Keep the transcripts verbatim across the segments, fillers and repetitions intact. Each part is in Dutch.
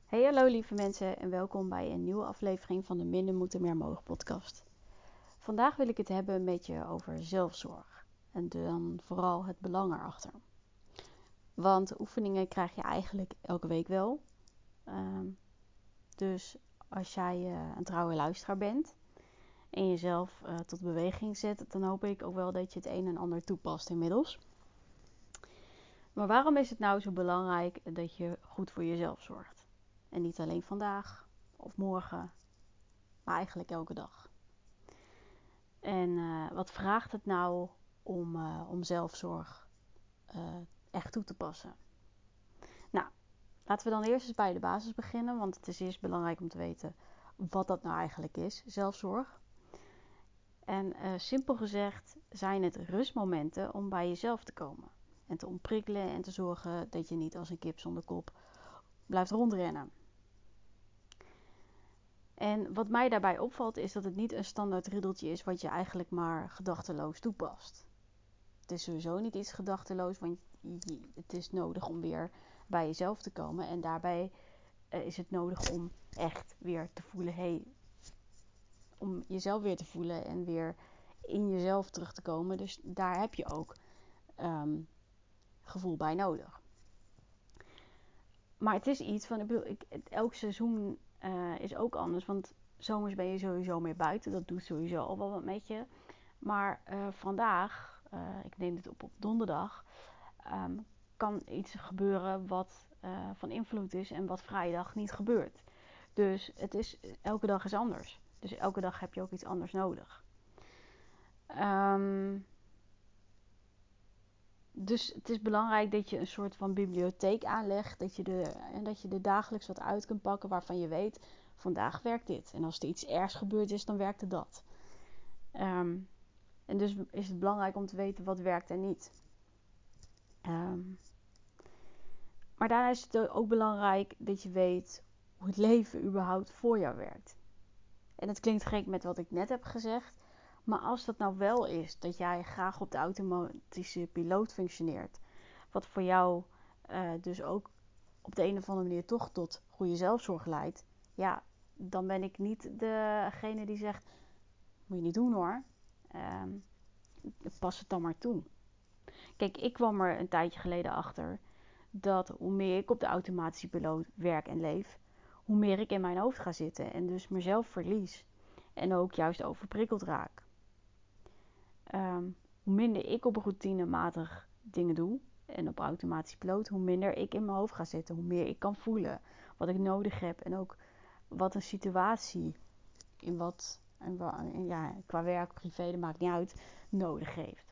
Hey hallo lieve mensen en welkom bij een nieuwe aflevering van de Minder Moeten Meer Mogen podcast. Vandaag wil ik het hebben met je over zelfzorg en dan vooral het belang erachter. Want oefeningen krijg je eigenlijk elke week wel. Um, dus als jij uh, een trouwe luisteraar bent en jezelf uh, tot beweging zet, dan hoop ik ook wel dat je het een en ander toepast inmiddels. Maar waarom is het nou zo belangrijk dat je goed voor jezelf zorgt? En niet alleen vandaag of morgen, maar eigenlijk elke dag. En uh, wat vraagt het nou om, uh, om zelfzorg uh, echt toe te passen? Nou, laten we dan eerst eens bij de basis beginnen. Want het is eerst belangrijk om te weten wat dat nou eigenlijk is, zelfzorg. En uh, simpel gezegd zijn het rustmomenten om bij jezelf te komen. En te ontprikkelen en te zorgen dat je niet als een kip zonder kop blijft rondrennen. En wat mij daarbij opvalt is dat het niet een standaard riddeltje is wat je eigenlijk maar gedachteloos toepast. Het is sowieso niet iets gedachteloos, want het is nodig om weer bij jezelf te komen. En daarbij is het nodig om echt weer te voelen, hey, om jezelf weer te voelen en weer in jezelf terug te komen. Dus daar heb je ook um, gevoel bij nodig. Maar het is iets van, ik bedoel, ik, elk seizoen uh, is ook anders, want zomers ben je sowieso meer buiten. Dat doet sowieso al wel wat met je. Maar uh, vandaag, uh, ik neem dit op op donderdag, um, kan iets gebeuren wat uh, van invloed is en wat vrijdag niet gebeurt. Dus het is, elke dag is anders. Dus elke dag heb je ook iets anders nodig. Um, dus het is belangrijk dat je een soort van bibliotheek aanlegt. Dat je, de, en dat je er dagelijks wat uit kunt pakken waarvan je weet, vandaag werkt dit. En als er iets ergs gebeurd is, dan werkte dat. Um, en dus is het belangrijk om te weten wat werkt en niet. Um, maar daarna is het ook belangrijk dat je weet hoe het leven überhaupt voor jou werkt. En het klinkt gek met wat ik net heb gezegd. Maar als dat nou wel is, dat jij graag op de automatische piloot functioneert. Wat voor jou uh, dus ook op de een of andere manier toch tot goede zelfzorg leidt. Ja, dan ben ik niet degene die zegt, moet je niet doen hoor. Uh, pas het dan maar toe. Kijk, ik kwam er een tijdje geleden achter dat hoe meer ik op de automatische piloot werk en leef, hoe meer ik in mijn hoofd ga zitten en dus mezelf verlies. En ook juist overprikkeld raak. Um, hoe minder ik op routinematig dingen doe en op automatische piloot, hoe minder ik in mijn hoofd ga zitten. Hoe meer ik kan voelen wat ik nodig heb en ook wat een situatie in wat, en ja, qua werk, privé, dat maakt niet uit, nodig heeft.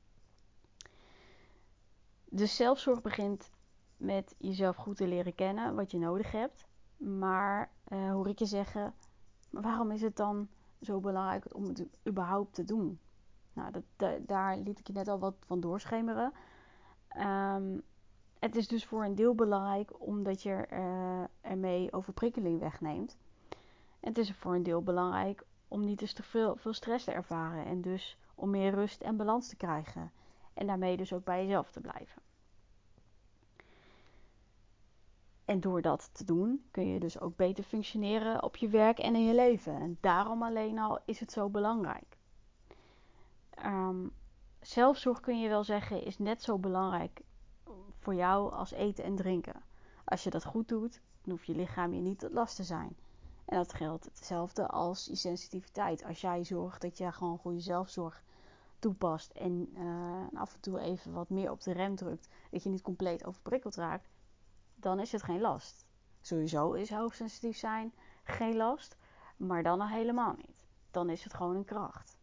Dus zelfzorg begint met jezelf goed te leren kennen, wat je nodig hebt. Maar uh, hoor ik je zeggen, maar waarom is het dan zo belangrijk om het überhaupt te doen? Nou, dat, da, daar liet ik je net al wat van doorschemeren. Um, het is dus voor een deel belangrijk omdat je uh, ermee overprikkeling wegneemt. En het is voor een deel belangrijk om niet dus te veel, veel stress te ervaren. En dus om meer rust en balans te krijgen. En daarmee dus ook bij jezelf te blijven. En door dat te doen kun je dus ook beter functioneren op je werk en in je leven. En daarom alleen al is het zo belangrijk. Um, zelfzorg kun je wel zeggen is net zo belangrijk voor jou als eten en drinken. Als je dat goed doet, dan hoeft je lichaam je niet tot last te zijn. En dat geldt hetzelfde als je sensitiviteit. Als jij zorgt dat je gewoon goede zelfzorg toepast en uh, af en toe even wat meer op de rem drukt, dat je niet compleet overprikkeld raakt, dan is het geen last. Sowieso is hoogsensitief zijn geen last, maar dan nog helemaal niet. Dan is het gewoon een kracht.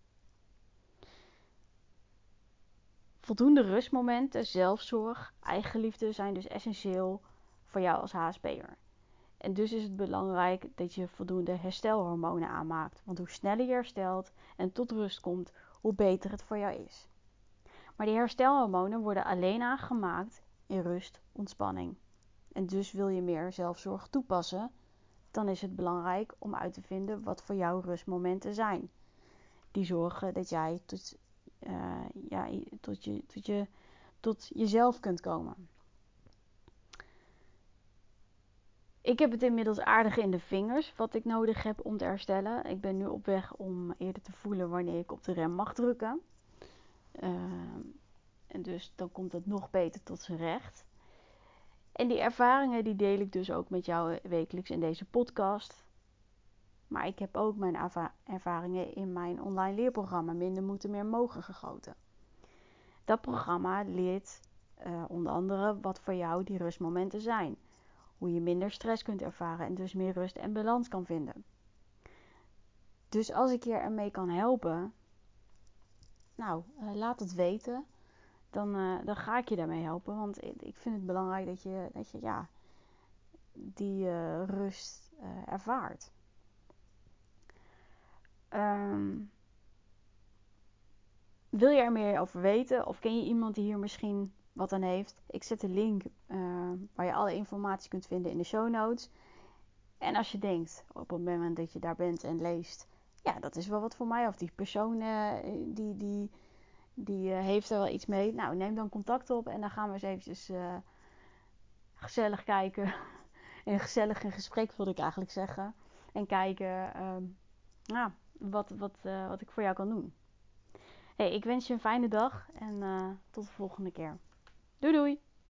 Voldoende rustmomenten, zelfzorg, eigenliefde zijn dus essentieel voor jou als H S P'er. En dus is het belangrijk dat je voldoende herstelhormonen aanmaakt. Want hoe sneller je herstelt en tot rust komt, hoe beter het voor jou is. Maar die herstelhormonen worden alleen aangemaakt in rust, ontspanning. En dus wil je meer zelfzorg toepassen, dan is het belangrijk om uit te vinden wat voor jou rustmomenten zijn. Die zorgen dat jij tot, uh, ja, tot, je, tot, je, tot jezelf kunt komen. Ik heb het inmiddels aardig in de vingers wat ik nodig heb om te herstellen. Ik ben nu op weg om eerder te voelen wanneer ik op de rem mag drukken. Uh, en dus dan komt het nog beter tot zijn recht. En die ervaringen die deel ik dus ook met jou wekelijks in deze podcast. Maar ik heb ook mijn erva- ervaringen in mijn online leerprogramma Minder Moeten Meer Mogen gegoten. Dat programma leert uh, onder andere wat voor jou die rustmomenten zijn. Hoe je minder stress kunt ervaren en dus meer rust en balans kan vinden. Dus als ik je ermee kan helpen, nou, uh, laat het weten. Dan, uh, dan ga ik je daarmee helpen. Want ik vind het belangrijk dat je, dat je ja, die uh, rust uh, ervaart. Um, wil je er meer over weten? Of ken je iemand die hier misschien wat aan heeft? Ik zet de link uh, waar je alle informatie kunt vinden in de show notes. En als je denkt, op het moment dat je daar bent en leest, ja, dat is wel wat voor mij. Of die persoon uh, die, die, die uh, heeft er wel iets mee. Nou, neem dan contact op en dan gaan we eens eventjes uh, gezellig kijken. En gezellig in gesprek wilde ik eigenlijk zeggen. En kijken uh, nou, wat, wat, uh, wat ik voor jou kan doen. Hey, ik wens je een fijne dag en uh, tot de volgende keer. Doei doei!